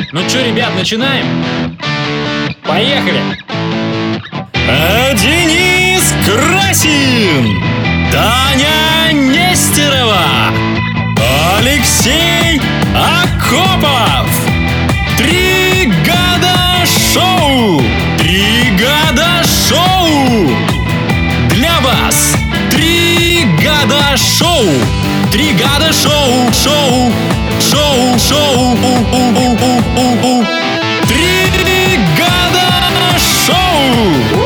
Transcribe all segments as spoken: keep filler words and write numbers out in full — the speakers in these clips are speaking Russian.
Ну чё, ребят, начинаем? Поехали! А Денис Красин, Таня Нестерова, Алексей Акопов. Три года шоу! Три года шоу! Для вас! Три года шоу! Три года шоу! Шоу! Шоу! Шоу! У-у-у-у-у-у. Три года шоу!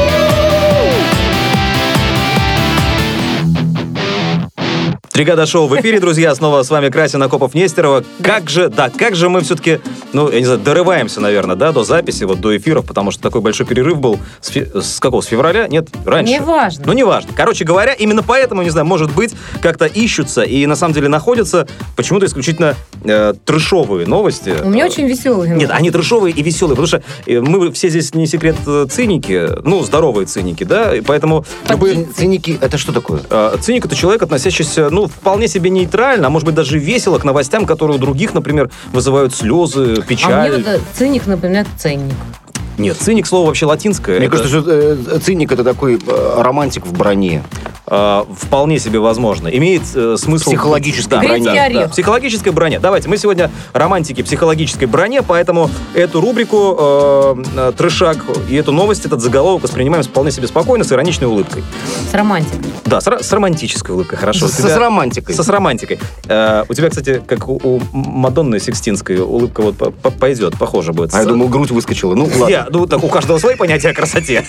Три года шоу в эфире, друзья. Снова с вами Красин, Акопов, Нестерова. Как же, да, как же мы все-таки, ну, я не знаю, дорываемся, наверное, да, до записи, вот до эфиров, потому что такой большой перерыв был с, фе- с какого, с февраля? Нет, раньше. Неважно. Ну, неважно. Короче говоря, именно поэтому, не знаю, может быть, как-то ищутся и на самом деле находятся почему-то исключительно э, трэшовые новости. У меня очень веселые. Нет, они трэшовые и веселые, потому что э, мы все здесь, не секрет, э, циники, ну, здоровые циники, да, и поэтому... Любые циники, это что такое? Э, циник — это человек, относящийся, ну, вполне себе нейтрально, а может быть даже весело к новостям, которые у других, например, вызывают слезы, печаль. А мне вот э, циник напоминает ценник. Нет, циник — слово вообще латинское. Мне это, кажется, что э, циник это такой э, романтик в броне. э, вполне себе возможно. Имеет э, смысл... Психологической да, броне. да, Грецкий да, орех. психологической броне. Давайте, мы сегодня романтики психологической броне, поэтому эту рубрику э, э, «Трэшак» и эту новость, этот заголовок воспринимаем вполне себе спокойно, с ироничной улыбкой. С романтикой. Да, с, ро- с романтической улыбкой, хорошо. У С, тебя- с романтикой. Со с романтикой. Э, у тебя, кстати, как у, у Мадонны Сикстинской, улыбка вот по- по- пойдет, похоже будет. А я думал, грудь выскочила. Ну, ладно. Я, ну, так у каждого свои понятия о красоте.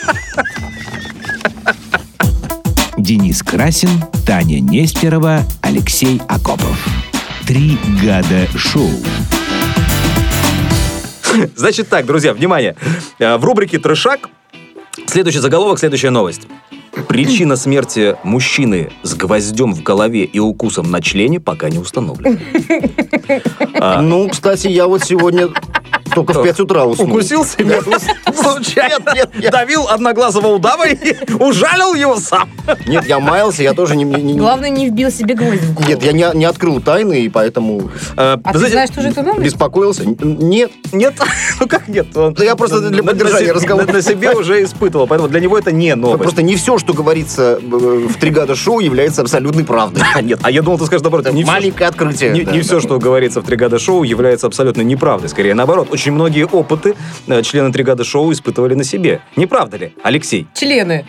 Денис Красин, Таня Нестерова, Алексей Акопов. Три года шоу. Значит так, друзья, внимание. Э, В рубрике «Трэшак» следующий заголовок, следующая новость. Причина смерти мужчины с гвоздем в голове и укусом на члене пока не установлена. Ну, кстати, я вот сегодня только в пять утра уснул. Укусил себя случайно, давил одноглазого удава и ужалил его сам. Нет, я маялся, я тоже не... не- не- Главное, не вбил себе гвоздь в голову. Нет, я не, не открыл тайны, и поэтому Э, А вы ты знаете, знаешь, что же это новость? беспокоился. Н- Нет. Нет, ну как нет? Он Да я просто для на- поддержания на, разговора. На, на себе уже испытывал, поэтому для него это не новость. Просто не все, что говорится э, в «Три года шоу», является абсолютной правдой. А, нет, а я думал, ты скажешь наоборот. Это Не все, маленькое открытие. не, да, не да. все, что говорится в «Три года шоу», является абсолютно неправдой. Скорее наоборот. Очень многие опыты э, члены «Три года шоу» испытывали на себе. Не правда ли, Алексей? Члены.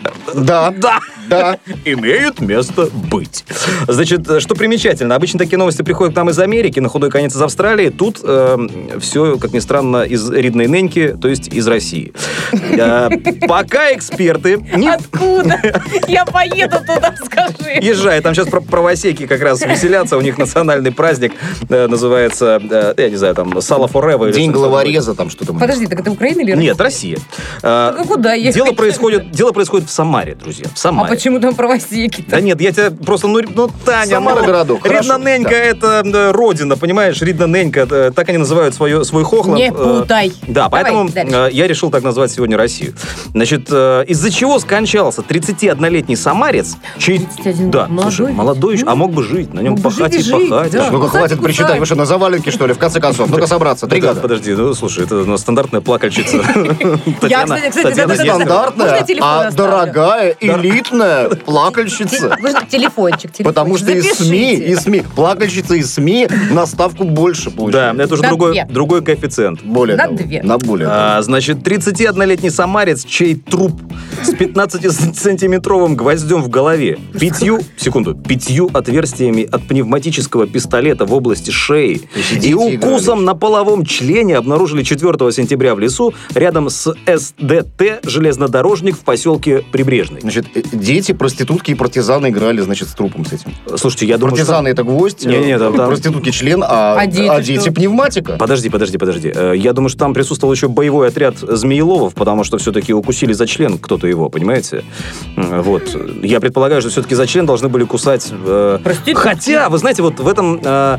Да, Да. да. Имеют место быть. Значит, э, что примечательно, обычно такие новости приходят к нам из Америки, на худой конец из Австралии. Тут э, все, как ни странно, из ридной неньки, то есть из России. Э, Пока эксперты... не- Откуда? Я поеду туда, скажи. Езжай, там сейчас про правосеки как раз веселятся, у них национальный праздник э, называется, э, я не знаю, там, Сало Форева. или День что-то головореза, там что-то. Подожди, так это Украина или такое. Россия? Нет, Россия. Э, Ну, куда ехать? Дело происходит, дело происходит в Самаре, друзья, в А Самаре. почему там правосеки? Да нет, я тебя просто, ну, ну Таня, Самара ну, городок, хорошо, Ридна-Ненька да. это э, родина, понимаешь, Ридна-Ненька, э, так они называют свое, свой хохланд. Не э, путай. Да, Давай поэтому дальше. э, я решил так назвать сегодня Россию. Значит, э, из-за чего скончался тридцатиоднолетний самарец, чей... тридцать один Да, молодой слушай, ведь. молодой еще, а мог бы жить, на нем Мог бы пахать жить и и жить, пахать. да. Ну-ка, Кусать, хватит кусать. причитать. Вы что, на заваленке, что ли, в конце концов? Ну-ка собраться. Три Да, года. подожди, ну слушай, это ну, стандартная плакальщица. Татьяна- кстати, кстати, Татьяна это- Не Нестерова. стандартная, Можно я телефон а оставлю? дорогая, элитная плакальщица. Нужно телефончик, телефончик. Потому что из СМИ, Запишите. из СМИ, плакальщица из СМИ на ставку больше Да, получает. это уже На другой, две. другой коэффициент. Более На того. две. На более того. А, значит, тридцатиоднолетний самарец, чей труп с пятнадцатисантиметровым гвоздем в голове, пятью, секунду, пятью отверстиями от пневматического пистолета в области шеи и Дети укусом играли. на половом члене обнаружили четвёртого сентября в лесу рядом с СДТ «Железнодорожник» в поселке Прибрежный. Значит, э, дети, проститутки и партизаны играли, значит, с трупом с этим. Слушайте, я думаю, Партизаны это гвоздь, Не-не, там- э, там- проститутки член, а, А дети а дети что? пневматика. Подожди, подожди, подожди. Э, Я думаю, что там присутствовал еще боевой отряд змееловов, потому что все-таки укусили за член кто-то его, понимаете? М, Вот. Я предполагаю, что все-таки за член должны были кусать... э, Проститутки. Хотя, вы знаете, вот в этом... э,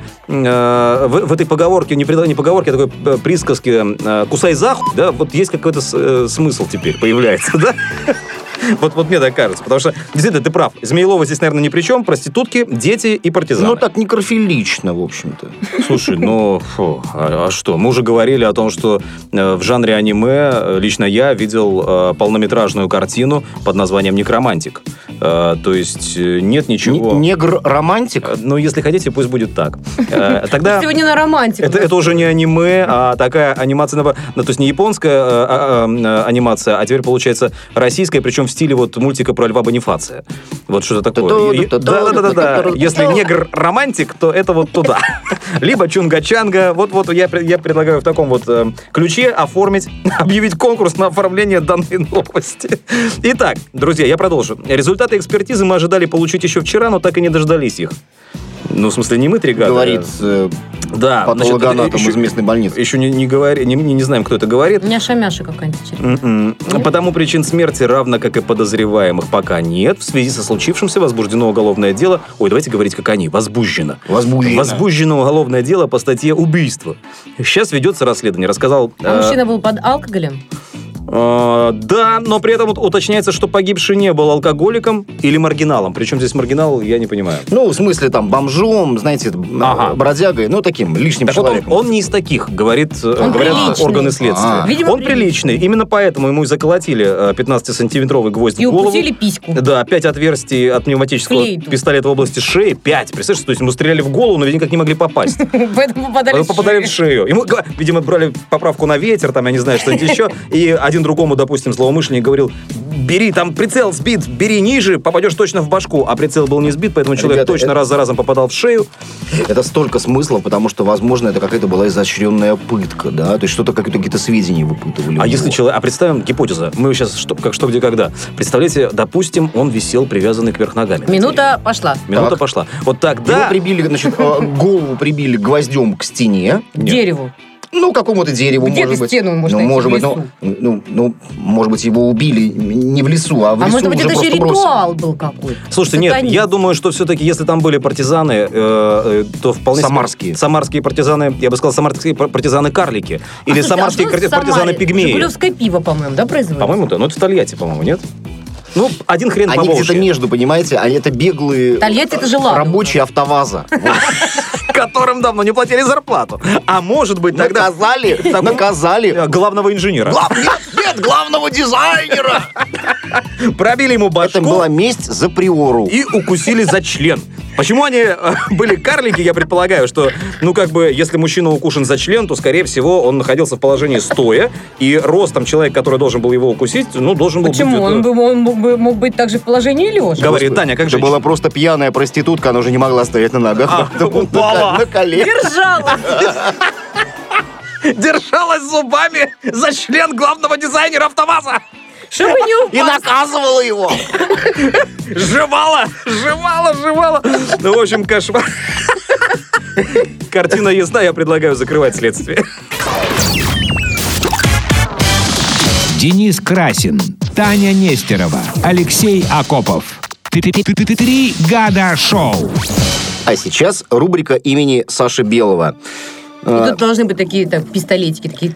э, в, в этой поговорке, не, пред- не поговорке, а такой э, присказке э, «кусай за хуй», да, вот есть какой-то с- э, смысл теперь появляется, да? Вот, вот мне так кажется. Потому что, действительно, ты прав. Змеелова здесь, наверное, ни при чем. Проститутки, дети и партизаны. Ну, так некрофилично, в общем-то. Слушай, ну, фу, а, а что? Мы уже говорили о том, что э, в жанре аниме э, лично я видел э, полнометражную картину под названием «Некромантик». Э, то есть э, нет ничего... Н- Негр-романтик? Э, Ну, если хотите, пусть будет так. Э, Тогда... Сегодня на романтику. Это, это уже не аниме, а такая анимация, ну, то есть не японская а, а, а, анимация, а теперь получается российская, причем в стиле вот мультика про Льва Бонифация. Вот что-то такое. Да-да-да-да. Если негр-романтик, то это вот туда. Либо Чунга-Чанга. Вот-вот я, я предлагаю в таком вот э, ключе оформить, объявить конкурс на оформление данной новости. Итак, друзья, я продолжу. Результаты экспертизы мы ожидали получить еще вчера, но так и не дождались их. Ну, в смысле, не мы три гада. Говорит э, да, патологоанатом из местной больницы. Еще не, не, говори, не, не знаем, кто это говорит. Няша-мяша какая-нибудь интересная. Mm-mm. Потому причин смерти, равно как и подозреваемых, пока нет. В связи со случившимся возбуждено уголовное дело. Ой, давайте говорить, как они. Возбуждено. Возбуждено. Возбуждено уголовное дело по статье «Убийство». Сейчас ведется расследование. Рассказал... А э, мужчина был под алкоголем? э, да, но при этом уточняется, что погибший не был алкоголиком или маргиналом. Причем здесь маргинал, я не понимаю. Ну, в смысле, там, бомжом, знаете, Ага. бродягой, ну, таким лишним Так вот он, человеком. он не из таких, говорит, Он говорят приличный. органы следствия. А. Видимо, он приличный. Именно поэтому ему и заколотили э, пятнадцатисантиметровый гвоздь И в голову. укусили письку. Да, пять отверстий от пневматического Флейту. пистолета в области шеи. Пять. Представляешь, то есть ему стреляли в голову, но ведь никак не могли попасть. Поэтому попадали Они в попадали в шею. шею. Ему, га- видимо, брали поправку на ветер, там, я не знаю, что-нибудь еще. И один другому, допустим, злоумышленник говорил: бери, там прицел сбит, бери ниже, попадешь точно в башку. А прицел был не сбит, поэтому человек Ребята, точно это- раз за разом попадал в шею. Это столько смыслов, потому что, возможно, это какая-то была изощренная пытка, да? То есть что-то, какие-то, какие-то сведения выпытывали. А у если него. человек... А представим гипотеза. Мы сейчас что, как что, где, когда. Представляете, допустим, он висел привязанный кверх ногами. Минута пошла. Минута Так. пошла. Вот Его тогда... прибили, значит, э, голову прибили гвоздем к стене. К дереву. Ну, какому-то дереву, Где может ты быть. стену можешь ну, найти может в быть, лесу? ну, ну, ну, может быть, его убили не в лесу, а в А лесу может быть, уже это еще просто бросили. ритуал был какой-то? Слушайте, нет, Сатанизм. я думаю, что все-таки, если там были партизаны, э, э, то вполне... себе- Самарские. Самарские партизаны, я бы сказал, самарские пар- партизаны-карлики. Или А, слушайте, самарские а что в Самаре? партизаны-пигмеи. Жигулевское пиво, по-моему, да, производится? По-моему, да. Ну, это в Тольятти, по-моему, нет? Ну, один хрен по Они где-то Волжье. между, понимаете, они это беглые Тольятти это же ладно. рабочие автоваза. Которым давно не платили зарплату. А может быть, тогда... Наказали, Так, наказали. э, главного инженера. Глав- Нет, нет, главного дизайнера. Пробили ему башку. Это была месть за приору. И укусили за член. Почему они э, были карлики, я предполагаю, что, ну, как бы, если мужчина укушен за член, то, скорее всего, он находился в положении стоя, и ростом человек, который должен был его укусить, ну, должен был Почему? быть... Он, это- бы- он мог, бы, мог быть также в положении лежа. Говорит, Таня, как Это женщина? была просто пьяная проститутка, она уже не могла стоять на ногах. А, поэтому на упала. ко- На коле. Держала. Держалась зубами за член главного дизайнера АвтоВАЗа. Чтобы не упасть. И наказывала его. Жевала, жевала, жевала. Ну, в общем, кошмар. Картина ясна, я предлагаю закрывать следствие. Денис Красин, Таня Нестерова, Алексей Акопов. Три года шоу. А сейчас рубрика имени Саши Белого. И тут должны быть такие так, пистолетики, такие.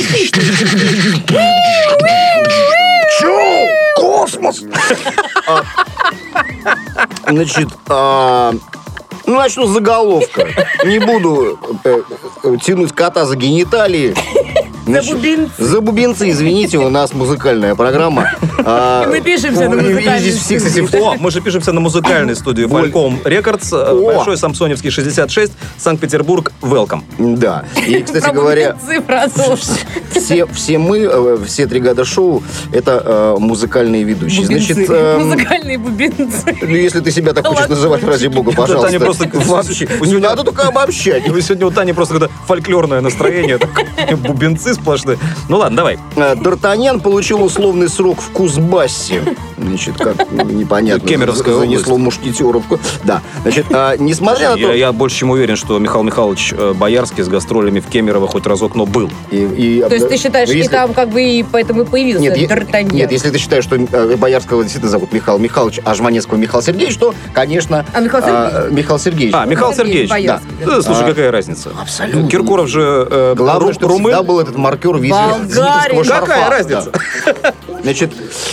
Чё? Космос! А, Значит, а, ну, начну с заголовка. Не буду э, э, тянуть кота за гениталии. Значит, бубенцы. За бубенцы, извините, у нас музыкальная программа. А, Мы пишемся на вы музыкальной видите всех студии. этих- О, мы же пишемся на музыкальной студии Воль. Falcom Records, О. Большой Самсоневский шестьдесят шесть, Санкт-Петербург, welcome. Да. И, кстати Про говоря, бубенцы продолжим. все, все мы, э, все три года шоу, это э, музыкальные ведущие. Значит, Бубенцы. эм, Музыкальные бубенцы. ну, если ты себя так хочешь называть, ради бога, пожалуйста. Таня просто- Вообще, У не неё- надо только обобщать. Вы сегодня у Тани просто какое-то фольклорное настроение, такое, бубенцы сплошные. Ну ладно, давай. Э, Д'Артаньян получил условный срок в Кузбассе. Значит, как непонятно. Кемеровская занесло мушкетеров. Да. Значит, а, несмотря на Я, то... я больше чем уверен, что Михаил Михайлович э, Боярский с гастролями в Кемерово хоть разок, но был. и- и- То есть ты считаешь, ну, и если- там как бы и поэтому и появился Нет, е- Д'Артаньян? нет, если ты считаешь, что э, Боярского действительно зовут Михаил Михайлович, а Жванецкого Михаил Сергеевич, то, конечно... А Михаил а, Михаил Сергеевич. А, Михаил Сергеевич Сергеевич. Боярский, Да. да. Э, Слушай, А, какая разница? абсолютно. Киркоров же э, Главное, ру- что румын. всегда был этот маркер в виде Болгарин. зрительского шарфа. Какая разница? Да. Значит,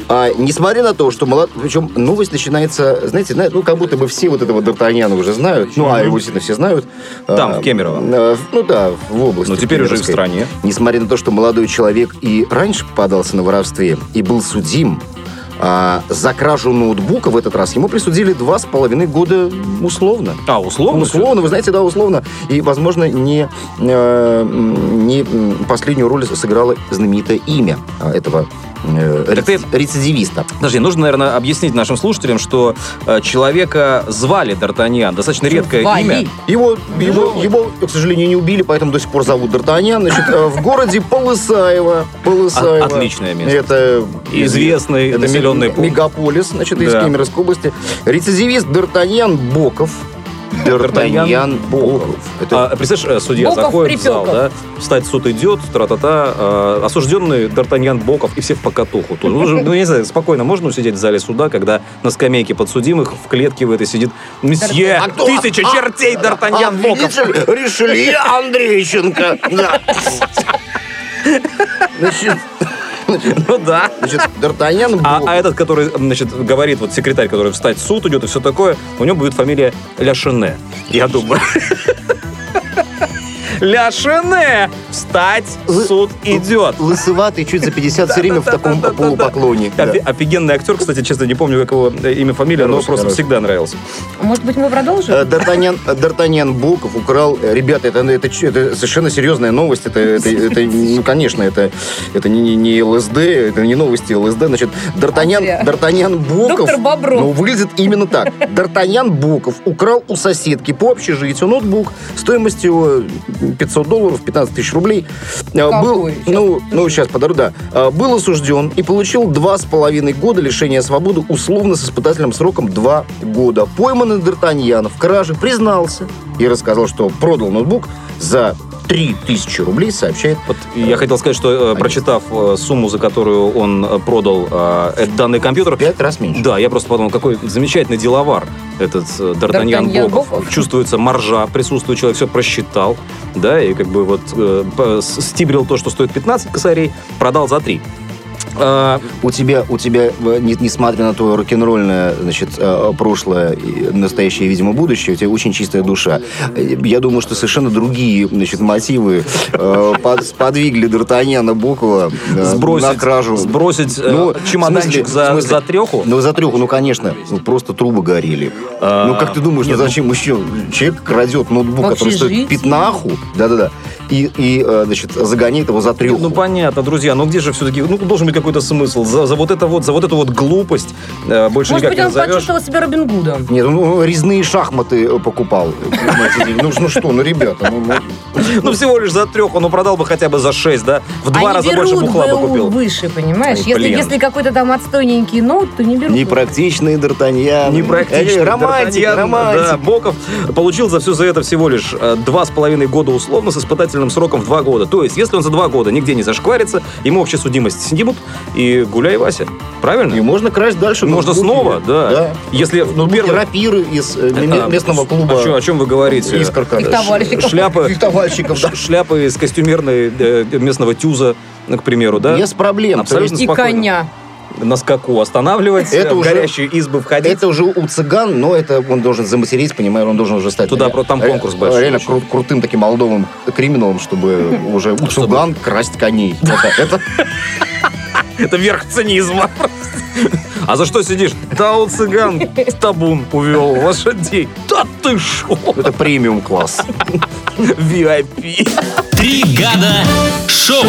А, несмотря на то, что молод... Причем новость начинается, знаете, на- ну, как будто бы все вот этого Д'Артаньяна уже знают. Ну, а его действительно все знают. Там, А, в Кемерово. а, в- Ну да, в области. Но теперь уже и в Кемеровской. стране. Несмотря на то, что молодой человек и раньше попадался на воровстве и был судим, а, за кражу ноутбука в этот раз ему присудили два с половиной года условно. А, условно? Условно, вы знаете, да, условно. И, возможно, не, э, не м, последнюю роль сыграло знаменитое имя а, этого э, Так ты- реци- рецидивиста. Подожди, нужно, наверное, объяснить нашим слушателям, что э, человека звали Д'Артаньян. Достаточно редкое Звали. имя. Его, его, его, к сожалению, не убили, поэтому до сих пор зовут Д'Артаньян. Значит, э, в городе Полысаево. Полысаево. О- отличное место. Это Известный это населенный ми- пункт. мегаполис, значит, из Да. Кемеровской области. Рецидивист Д'Артаньян Боков. Д'Артаньян Боков. Это А, представляешь, э, судья Боков заходит в зал, да, Припеков. встать суд идет, тра-та-та, э, осужденный Д'Артаньян Боков и все в покатуху. Тут, ну, ну, не знаю, спокойно можно усидеть в зале суда, когда на скамейке подсудимых в клетке в этой сидит месье, А кто? тысяча А, чертей а, Д'Артаньян Боков. видите ли, Ришелье Андрейченко. Да. Значит, Ну да. значит, Д'Артаньян А, Боков. а этот, который, значит, говорит, вот секретарь, который встать в суд идет и все такое, у него будет фамилия Ля Шене, я думаю. Ля Шене! Встать, суд идет. Лысоватый, чуть за пятьдесят, все время в таком Да-да-да-да-да. полупоклоне. Да. Офи- Офигенный актер, кстати, честно, не помню, как его э, имя, фамилия, но Хороший, просто хороший. всегда нравился. Может быть, мы продолжим? Э, Д'Артаньян, Д'Артаньян Боков украл... э, Ребята, это, это, ч- это совершенно серьезная новость. Это, это, это, ну, конечно, это, это не, не, не ЛСД, это не новости ЛСД. Значит, Д'Артаньян, Зря. Д'Артаньян Боков... Доктор Бобров. Ну, выглядит именно так. Д'Артаньян Боков украл у соседки по общежитию ноутбук стоимостью пятьсот долларов, пятнадцать тысяч рублей. Э, Был, Какой? Сейчас ну, ну, сейчас подору, да. Э, Был осужден и получил два с половиной года лишения свободы условно с испытательным сроком два года. Пойманный Д'Артаньян в краже признался и рассказал, что продал ноутбук за три тысячи рублей, сообщает. Вот я хотел сказать, что э, прочитав э, сумму, за которую он э, продал э, этот данный компьютер, Пять раз меньше. да, я просто подумал, какой замечательный деловар этот э, Д'Артаньян Д'Артаньян Боков. Боков. Чувствуется маржа, присутствует человек, все просчитал, да, и как бы вот э, по- с- стибрил то, что стоит пятнадцать косарей, продал за три. А, У тебя, у тебя, э, не- несмотря на твое рок-н-ролльное, значит, э, прошлое, и настоящее, видимо, будущее, у тебя очень чистая душа. Э, Я думаю, что совершенно другие, значит, мотивы э, под- сподвигли Д'Артаньяна Бокова э, сбросить, на кражу. сбросить э, Ну, чемоданчик в смысле- за, в смысле- за треху. Ну, за треху, ну, конечно, ну, просто трубы горели. А, ну, как ты думаешь, ну, нет, ну- зачем еще человек крадет ноутбук, В который стоит общежитии. пятнаху, да-да-да, и, и э, значит, загоняет его за треху. Ну, понятно, друзья, но где же все-таки, ну, должен быть какой-то смысл. За, за вот это вот, за вот эту вот глупость э, больше Может никак быть, не он назовешь. почувствовал себя Робин Гудом. Нет, ну, резные шахматы э, покупал. понимаете, деньги. Ну, ну что, ну, ребята, ну, ну, Ну, всего лишь за трех, он продал бы хотя бы за шесть, да? В два Они раза берут больше бухла бы БУ купил. выше, понимаешь? Ай, Если, блин. если какой-то там отстойненький ноут, то не берут. непрактичный Д'Артаньян. Непрактично. Э, Романтик, Д'Артаньян, романтик. Да, Боков получил за все за это всего лишь э, два с половиной года условно с испытательным сроком в два года. То есть, если он за два года нигде не зашкварится, ему общую судимость снимут и гуляй, Вася. Правильно? И можно красть дальше. Можно ноутбуки. снова, да. Да. Если Ну, первый... рапиры из э, м- А, местного клуба. О чем, о чем вы говорите? Искорка. Фехтовальщиков. Шляпы, Фехтовальщиков, да. ш- шляпы из костюмерной э, местного тюза, ну, к примеру, да? Без проблем. Абсолютно И спокойно. коня. На скаку останавливать, Это в уже- горящие избы входить. Это уже у цыган, но это он должен заматерить, понимаешь, он должен уже стать... Туда ре- про- там ре- конкурс большой Реально очень. кру- крутым таким молдовым криминалом, чтобы уже у цыган красть коней. Это- Это Это верх цинизма. А за что сидишь? Да у цыган табун увел лошадей. Да ты шо? это премиум класс. ви ай пи. Три года шоу.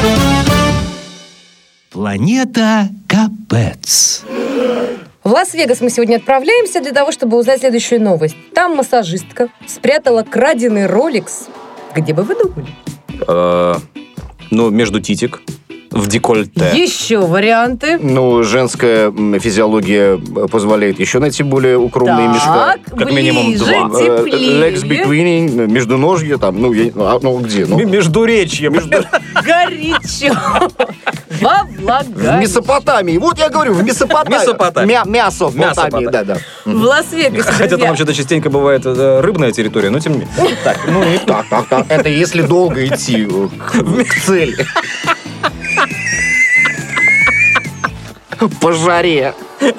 Планета Капец. В Лас-Вегас мы сегодня отправляемся для того, чтобы узнать следующую новость. Там массажистка спрятала краденый Rolex. Где бы вы думали? Э, Ну, между титик, в декольте. Еще варианты. Ну, женская м, физиология позволяет еще найти более укромные места. Так, Как минимум ближе, два. Э, теплее. Legs between, междуножье там, ну, я- а, ну где? Ну, М- Междуречье. Горячо. Во в влагалище. Месопотамии. Вот я говорю, в Месопотамии. Месопотамии. Мя- мясо в Мясо Потамии, потамии. да, да. В Лас-Вегасе, Хотя там друзья. вообще-то частенько бывает э, рыбная территория, но тем не менее. Так, ну и Так, так, так. Это если долго идти э, к, к цели. По жаре.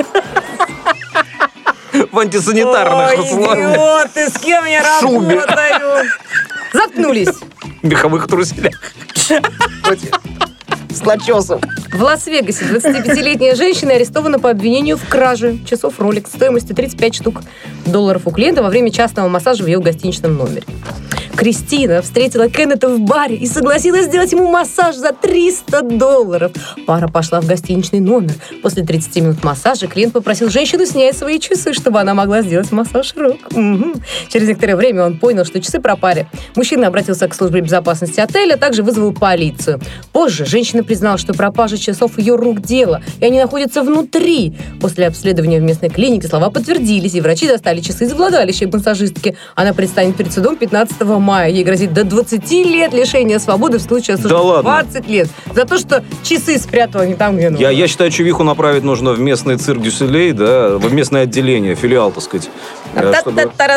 В антисанитарных Ой, условиях. идиоты, с кем я Шубе. работаю? Заткнулись. В меховых труселях. С начесом. В Лас-Вегасе двадцатипятилетняя женщина арестована по обвинению в краже часов Rolex стоимостью тридцать пять штук долларов у клиента во время частного массажа в ее гостиничном номере. Кристина встретила Кеннета в баре и согласилась сделать ему массаж за триста долларов. Пара пошла в гостиничный номер. После тридцати минут массажа клиент попросил женщину снять свои часы, чтобы она могла сделать массаж рук. Угу. Через некоторое время он понял, что часы пропали. Мужчина обратился к службе безопасности отеля, а также вызвал полицию. Позже женщина призналась, что пропажа часов ее рук дело, и они находятся внутри. После обследования в местной клинике слова подтвердились, и врачи достали часы из влагалища массажистки. Она предстанет перед судом пятнадцатого мая. Ей грозит до двадцати лет лишения свободы в случае осуждения. Да двадцать лет. За то, что часы спрятала не там, где нужно. Я, я считаю, чувиху направить нужно в местный цирк Дюсселей, да, в местное отделение, филиал, так сказать. э, чтобы-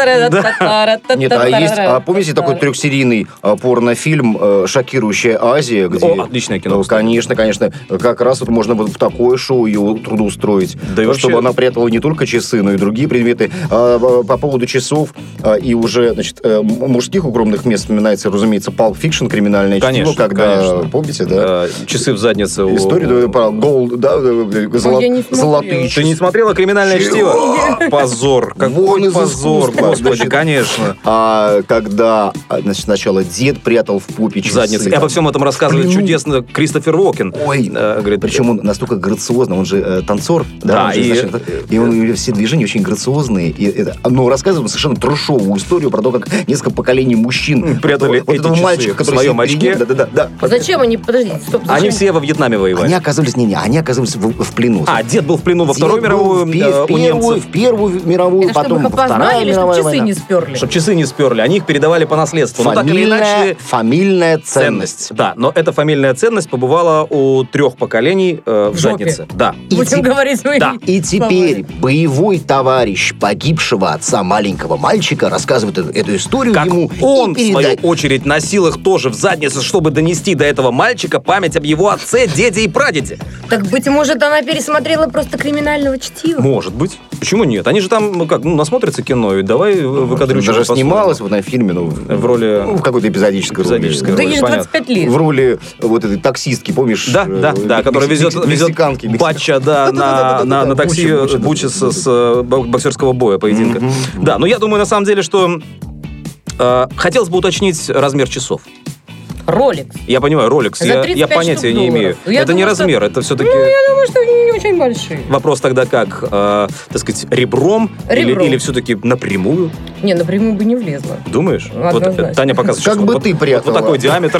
Нет, а есть, а помните такой трехсерийный а, порнофильм э, «Шокирующая Азия», где... О, отличное кино, Ну, кстати. конечно, конечно. Как раз вот можно вот в такое шоу ее трудоустроить. Да и вообще- Чтобы она прятала не только часы, но и другие предметы. А, по по поводу часов а, и уже, значит, э, м- мужских укромных мест вспоминается, разумеется, Pulp Fiction, криминальное Конечно, чтиво, когда, конечно. помните, да? Э, часы в заднице. у- Историю да, про gold, да, э, золо- я не смотрела. золотые Ты часы. не смотрела «Криминальное чтиво»? Позор. Вон Какой из позор, искусства, господи, значит. конечно. А когда, а, значит, сначала дед прятал в попе В часы. заднице. И обо всем этом рассказывает Плену. чудесно Кристофер Уокен. Ой, Э, говорит, причем он настолько грациозно, он же э, танцор, да, Да, он же, и- значит, и он, у него все движения очень грациозные, и это, но рассказывает совершенно трешовую историю про то, как несколько поколений мужчин Прятали вот, вот эти этого часы мальчика, в который своем сидит перед очке. ним, да-да-да. А зачем они? Подождите, стоп. Они зачем? все во Вьетнаме воевали. Они оказывались, не-не, они оказывались в, в плену. А, дед был в плену во Дед Вторую был мировую, в, пе- э, в у первую, немцев. в Первую мировую, Это чтобы потом их Вторая опознали или чтобы мировая часы война. не сперли? Чтобы часы не сперли, они их передавали по наследству. Ну, так или Фамильная, иначе, фамильная ценность. ценность. Да, но эта фамильная ценность побывала у трех поколений э, в В жопе. заднице. Да. И Будем те- говорить свои Да. И теперь боевой товарищ погибшего отца маленького мальчика рассказывает эту, эту историю Как ему он, и в свою передает. очередь, носил их тоже в задницу, чтобы донести до этого мальчика память об его отце, деде и прадеде. Так, быть может, она пересмотрела просто «Криминального чтива»? Может быть. Почему нет? Они же там, ну как, ну, насмотрятся кино, и давай выкадрючим. Даже снималась в этом фильме, ну, В роли- ну, в какой-то эпизодической роли. Эпизодической Да роли, ей же понятно. двадцать пять лет. В роли вот этой таксистки, помнишь? Да, э, да, да, который мекси- везет, мекси- везет мексиканки, мексиканки. Батча, да, на, Да-да-да-да-да-да. на, на такси Буча, Буча, Буча да-да-да. с, с э, боксерского боя, поединка. Мгм. Да, но я думаю, на самом деле, что э, хотелось бы уточнить размер часов. Роликс. Я понимаю, Rolex, За я, тридцать я пять понятия штук не имею. долларов. Я это не думаю, что- размер, это все-таки... Ну, я думаю, что они не очень большие. Вопрос тогда как, э, так сказать, ребром, Ребром. или, или все-таки напрямую? Не, напрямую бы не влезла. Думаешь? Ну, Вот, э, однозначно. Таня показывает. Как сейчас бы вот, ты вот, прятала. вот такой диаметр.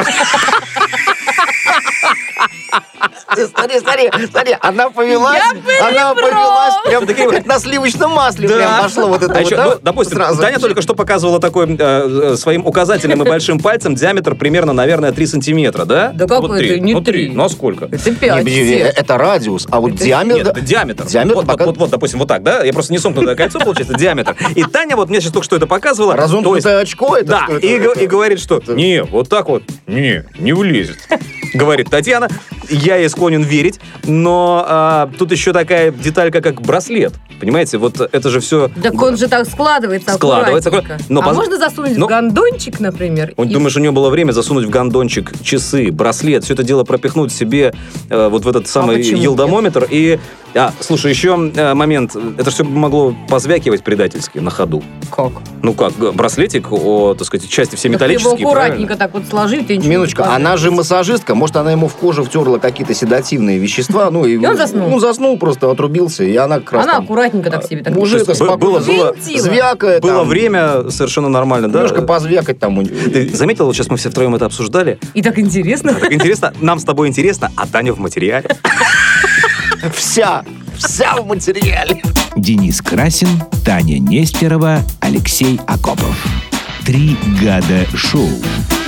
Смотри, смотри, смотри, она повелась, она ребром. повелась прям как на сливочном масле прям пошло вот это А вот, еще, да, ну, допустим, сразу. Таня только что показывала такой э, э, своим указательным и большим пальцем диаметр примерно, наверное, три сантиметра, да? Да какой Вот это? три. Не Ну, три. три. Ну, а сколько? Это Не, пять. подожди, э, это радиус, а вот Это- диаметр... Нет, это диаметр. Диаметр вот, пока- вот, вот, вот, допустим, вот так, да? Я просто не сомкнутое кольцо, получается, диаметр. И Таня вот мне сейчас только что это показывала. То есть- Разомкнутое очко, это Да, что это? и, го- Это- и говорит, что это- не, вот так вот, не, не влезет. Говорит Татьяна. Я ей склонен верить, но а, тут еще такая деталька, как браслет. Понимаете, вот это же все... Так он же так складывается Складывается, аккуратненько. но а поз- можно засунуть но- в гондончик, например? Он, и- думаешь, у него было время засунуть в гондончик часы, браслет, все это дело пропихнуть себе э, вот в этот самый почему елдомометр. И, а, слушай, еще э, момент. Это все могло позвякивать предательски на ходу. Как? Ну как, г- браслетик, о, так сказать, части все Так ты его металлические, аккуратненько правильно? так вот сложить. и ничего Минуточку, не она же понадобится. массажистка, может, она ему в кожу втерла какие-то седативные вещества, ну и... И он заснул. Ну, заснул просто, отрубился, и она как раз Она там аккуратненько так себе. Так уже То есть это бы- было- спокойно было- Винтила. звякает Было там, время совершенно нормально, да? немножко позвякать там. у него. Ты заметил, вот сейчас мы все втроем это обсуждали? И так интересно. Так интересно, нам с тобой интересно, а Таня в материале. Вся, вся в материале. Денис Красин, Таня Нестерова, Алексей Акопов. Три года шоу.